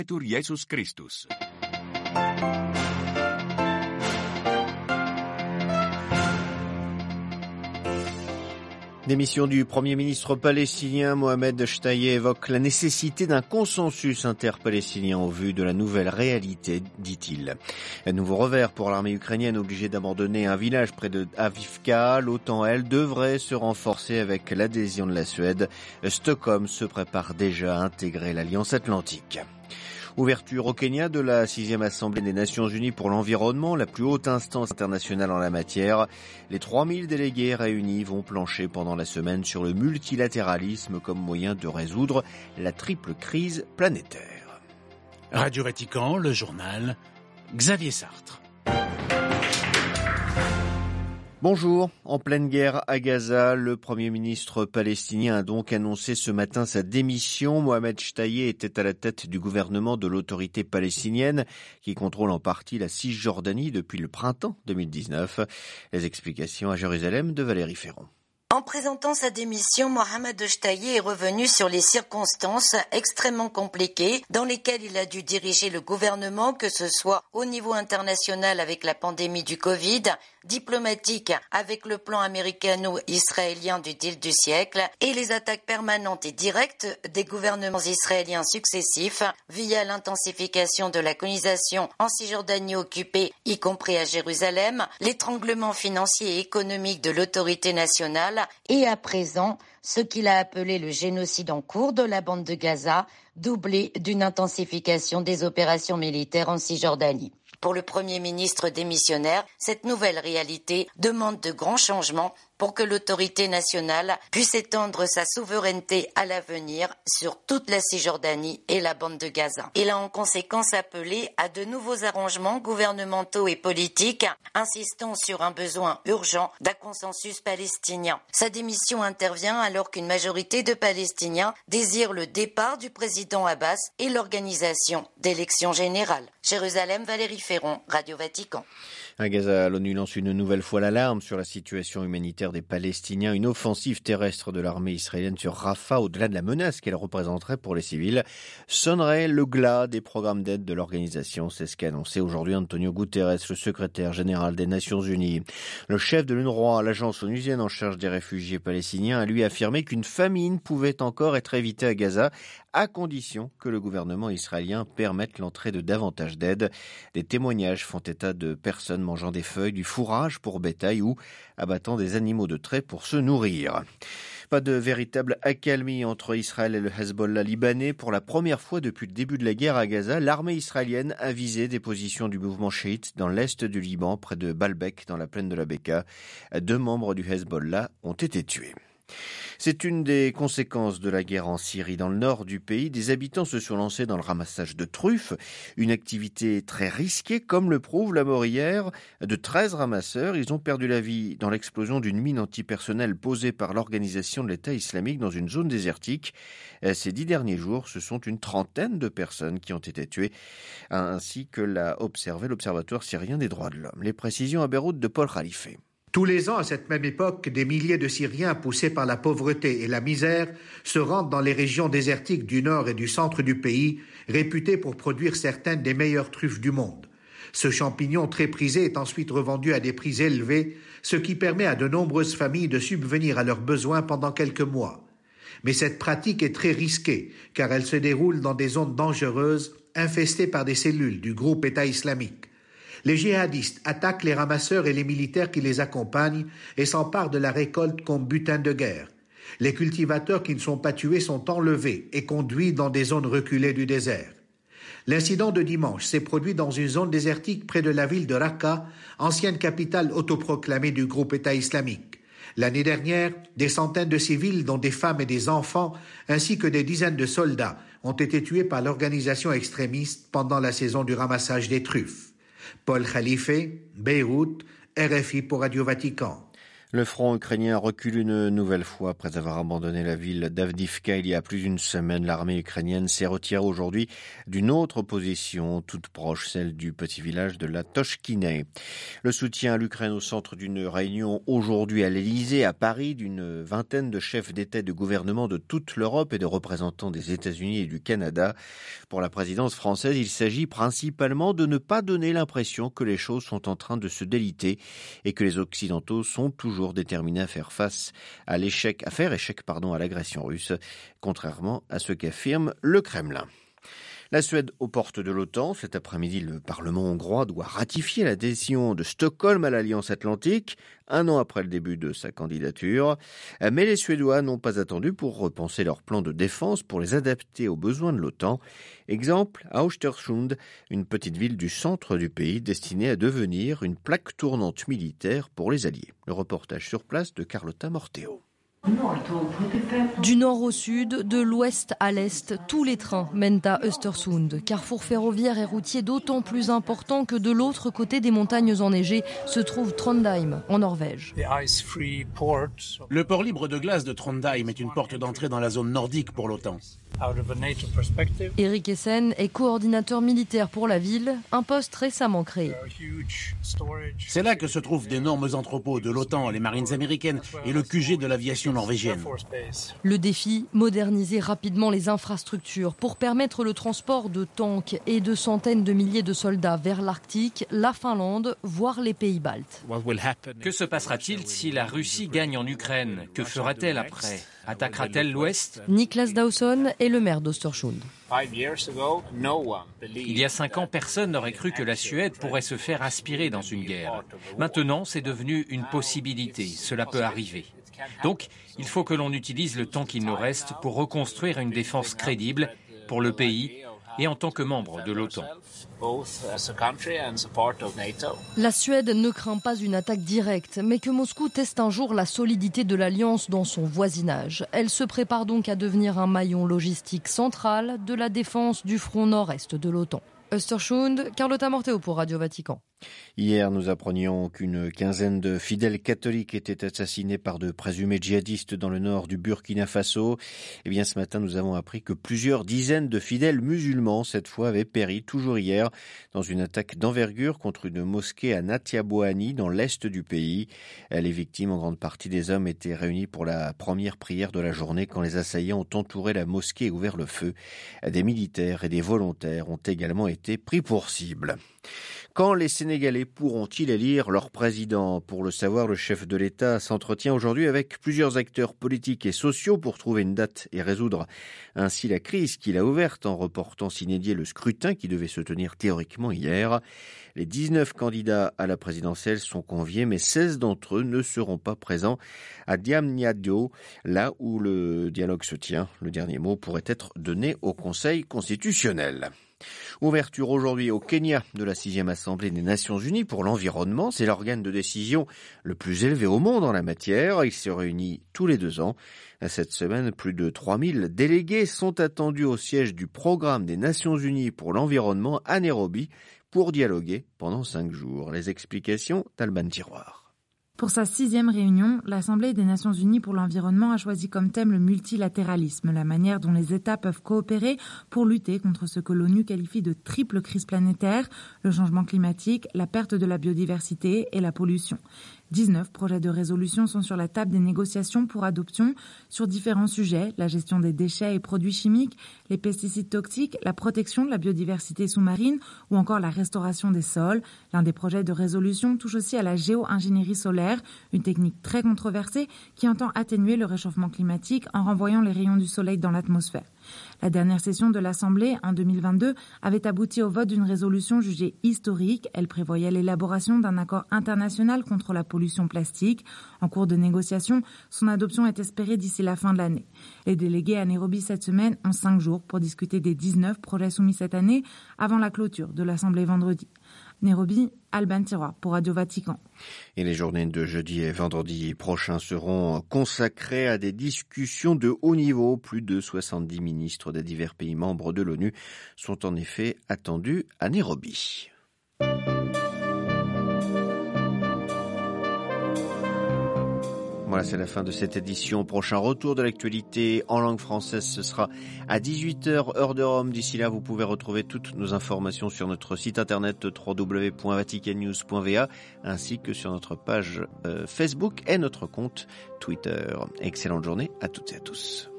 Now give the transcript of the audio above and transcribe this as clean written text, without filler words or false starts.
Jesus Christus. Démission du Premier ministre palestinien Mohamed Shtayyeh évoque la nécessité d'un consensus interpalestinien au vu de la nouvelle réalité, dit-il. Un nouveau revers pour l'armée ukrainienne obligée d'abandonner un village près de Avivka. L'OTAN, elle, devrait se renforcer avec l'adhésion de la Suède. Stockholm se prépare déjà à intégrer l'Alliance Atlantique. Ouverture au Kenya de la 6e Assemblée des Nations Unies pour l'environnement, la plus haute instance internationale en la matière. Les 3000 délégués réunis vont plancher pendant la semaine sur le multilatéralisme comme moyen de résoudre la triple crise planétaire. Radio Vatican, le journal, Xavier Sartre. Bonjour. En pleine guerre à Gaza, le Premier ministre palestinien a donc annoncé ce matin sa démission. Mohamed Shtayyeh était à la tête du gouvernement de l'autorité palestinienne qui contrôle en partie la Cisjordanie depuis le printemps 2019. Les explications à Jérusalem de Valérie Ferron. En présentant sa démission, Mohamed Shtayyeh est revenu sur les circonstances extrêmement compliquées dans lesquelles il a dû diriger le gouvernement, que ce soit au niveau international avec la pandémie du Covid, diplomatique avec le plan américano-israélien du deal du siècle et les attaques permanentes et directes des gouvernements israéliens successifs via l'intensification de la colonisation en Cisjordanie occupée, y compris à Jérusalem, l'étranglement financier et économique de l'autorité nationale et à présent ce qu'il a appelé le génocide en cours de la bande de Gaza, doublé d'une intensification des opérations militaires en Cisjordanie. Pour le Premier ministre démissionnaire, cette nouvelle réalité demande de grands changements pour que l'autorité nationale puisse étendre sa souveraineté à l'avenir sur toute la Cisjordanie et la bande de Gaza. Il a en conséquence appelé à de nouveaux arrangements gouvernementaux et politiques, insistant sur un besoin urgent d'un consensus palestinien. Sa démission intervient alors qu'une majorité de Palestiniens désirent le départ du président Abbas et l'organisation d'élections générales. Jérusalem, Valérie Ferron, Radio Vatican. À Gaza, l'ONU lance une nouvelle fois l'alarme sur la situation humanitaire des Palestiniens. Une offensive terrestre de l'armée israélienne sur Rafah, au-delà de la menace qu'elle représenterait pour les civils, sonnerait le glas des programmes d'aide de l'organisation. C'est ce qu'a annoncé aujourd'hui Antonio Guterres, le secrétaire général des Nations Unies. Le chef de l'UNRWA, l'agence onusienne en charge des réfugiés palestiniens, a lui affirmé qu'une famine pouvait encore être évitée à Gaza, à condition que le gouvernement israélien permette l'entrée de davantage d'aide. Des témoignages font état de personnes mangeant des feuilles, du fourrage pour bétail ou abattant des animaux de trait pour se nourrir. Pas de véritable accalmie entre Israël et le Hezbollah libanais. Pour la première fois depuis le début de la guerre à Gaza, l'armée israélienne a visé des positions du mouvement chiite dans l'est du Liban, près de Baalbek, dans la plaine de la Bekaa. 2 membres du Hezbollah ont été tués. C'est une des conséquences de la guerre en Syrie. Dans le nord du pays, des habitants se sont lancés dans le ramassage de truffes, une activité très risquée, comme le prouve la mort hier de 13 ramasseurs. Ils ont perdu la vie dans l'explosion d'une mine antipersonnelle posée par l'organisation de l'État islamique dans une zone désertique. Ces 10 derniers jours, ce sont une trentaine de personnes qui ont été tuées, ainsi que l'a observé l'Observatoire syrien des droits de l'homme. Les précisions à Beyrouth de Paul Khalife. Tous les ans, à cette même époque, des milliers de Syriens poussés par la pauvreté et la misère se rendent dans les régions désertiques du nord et du centre du pays, réputées pour produire certaines des meilleures truffes du monde. Ce champignon très prisé est ensuite revendu à des prix élevés, ce qui permet à de nombreuses familles de subvenir à leurs besoins pendant quelques mois. Mais cette pratique est très risquée, car elle se déroule dans des zones dangereuses, infestées par des cellules du groupe État islamique. Les djihadistes attaquent les ramasseurs et les militaires qui les accompagnent et s'emparent de la récolte comme butin de guerre. Les cultivateurs qui ne sont pas tués sont enlevés et conduits dans des zones reculées du désert. L'incident de dimanche s'est produit dans une zone désertique près de la ville de Raqqa, ancienne capitale autoproclamée du groupe État islamique. L'année dernière, des centaines de civils, dont des femmes et des enfants, ainsi que des dizaines de soldats, ont été tués par l'organisation extrémiste pendant la saison du ramassage des truffes. Paul Khalife, Beyrouth, RFI pour Radio Vatican. Le front ukrainien recule une nouvelle fois après avoir abandonné la ville d'Avdiivka il y a plus d'une semaine. L'armée ukrainienne s'est retirée aujourd'hui d'une autre position, toute proche, celle du petit village de la Toshkine. Le soutien à l'Ukraine au centre d'une réunion aujourd'hui à l'Elysée, à Paris, d'une vingtaine de chefs d'État et de gouvernement de toute l'Europe et de représentants des États-Unis et du Canada. Pour la présidence française, il s'agit principalement de ne pas donner l'impression que les choses sont en train de se déliter et que les Occidentaux sont toujours déterminés à faire échec à l'agression russe, contrairement à ce qu'affirme le Kremlin. La Suède aux portes de l'OTAN. Cet après-midi, le Parlement hongrois doit ratifier l'adhésion de Stockholm à l'Alliance Atlantique, un an après le début de sa candidature. Mais les Suédois n'ont pas attendu pour repenser leur plan de défense pour les adapter aux besoins de l'OTAN. Exemple à Östersund, une petite ville du centre du pays destinée à devenir une plaque tournante militaire pour les Alliés. Le reportage sur place de Carlotta Morteo. Du nord au sud, de l'ouest à l'est, tous les trains mènent à Östersund, carrefour ferroviaire et routier d'autant plus important que de l'autre côté des montagnes enneigées se trouve Trondheim, en Norvège. Le port libre de glace de Trondheim est une porte d'entrée dans la zone nordique pour l'OTAN. Erik Essen est coordinateur militaire pour la ville, un poste récemment créé. C'est là que se trouvent d'énormes entrepôts de l'OTAN, les marines américaines et le QG de l'aviation norvégienne. Le défi, moderniser rapidement les infrastructures pour permettre le transport de tanks et de centaines de milliers de soldats vers l'Arctique, la Finlande, voire les pays baltes. Que se passera-t-il si la Russie gagne en Ukraine? Que fera-t-elle après? Attaquera-t-elle l'Ouest? Niklas Dawson est le maire d'Östersund. Il y a 5 ans, personne n'aurait cru que la Suède pourrait se faire aspirer dans une guerre. Maintenant, c'est devenu une possibilité. Cela peut arriver. Donc, il faut que l'on utilise le temps qu'il nous reste pour reconstruire une défense crédible pour le pays et en tant que membre de l'OTAN. La Suède ne craint pas une attaque directe, mais que Moscou teste un jour la solidité de l'Alliance dans son voisinage. Elle se prépare donc à devenir un maillon logistique central de la défense du front nord-est de l'OTAN. Östersund, Carlotta Morteo pour Radio Vatican. Hier, nous apprenions qu'une quinzaine de fidèles catholiques étaient assassinés par de présumés djihadistes dans le nord du Burkina Faso. Eh bien, ce matin, nous avons appris que plusieurs dizaines de fidèles musulmans, cette fois, avaient péri, toujours hier, dans une attaque d'envergure contre une mosquée à Natiaboani, dans l'est du pays. Les victimes, en grande partie des hommes, étaient réunis pour la première prière de la journée quand les assaillants ont entouré la mosquée et ouvert le feu. Des militaires et des volontaires ont également été pris pour cible. Quand les Sénégalais pourront-ils élire leur président? Pour le savoir, le chef de l'État s'entretient aujourd'hui avec plusieurs acteurs politiques et sociaux pour trouver une date et résoudre ainsi la crise qu'il a ouverte en reportant s'inédier le scrutin qui devait se tenir théoriquement hier. Les 19 candidats à la présidentielle sont conviés, mais 16 d'entre eux ne seront pas présents à Diamniadio, là où le dialogue se tient. Le dernier mot pourrait être donné au Conseil constitutionnel. Ouverture aujourd'hui au Kenya de la 6e Assemblée des Nations Unies pour l'environnement. C'est l'organe de décision le plus élevé au monde en la matière. Il se réunit tous les 2 ans. Cette semaine, plus de 3000 délégués sont attendus au siège du programme des Nations Unies pour l'environnement à Nairobi pour dialoguer pendant 5 jours. Les explications d'Alban Tiroir. Pour sa 6e réunion, l'Assemblée des Nations Unies pour l'environnement a choisi comme thème le multilatéralisme, la manière dont les États peuvent coopérer pour lutter contre ce que l'ONU qualifie de triple crise planétaire, le changement climatique, la perte de la biodiversité et la pollution. 19 projets de résolution sont sur la table des négociations pour adoption sur différents sujets, la gestion des déchets et produits chimiques, les pesticides toxiques, la protection de la biodiversité sous-marine ou encore la restauration des sols. L'un des projets de résolution touche aussi à la géo-ingénierie solaire, une technique très controversée qui entend atténuer le réchauffement climatique en renvoyant les rayons du soleil dans l'atmosphère. La dernière session de l'Assemblée, en 2022, avait abouti au vote d'une résolution jugée historique. Elle prévoyait l'élaboration d'un accord international contre la pollution plastique. En cours de négociation, son adoption est espérée d'ici la fin de l'année. Les délégués à Nairobi cette semaine ont 5 jours pour discuter des 19 projets soumis cette année avant la clôture de l'Assemblée vendredi. Nairobi, Alban Tiroir pour Radio Vatican. Et les journées de jeudi et vendredi prochains seront consacrées à des discussions de haut niveau. Plus de 70 ministres des divers pays membres de l'ONU sont en effet attendus à Nairobi. Voilà, c'est la fin de cette édition. Prochain retour de l'actualité en langue française, ce sera à 18h, heure de Rome. D'ici là, vous pouvez retrouver toutes nos informations sur notre site internet www.vaticannews.va ainsi que sur notre page Facebook et notre compte Twitter. Excellente journée à toutes et à tous.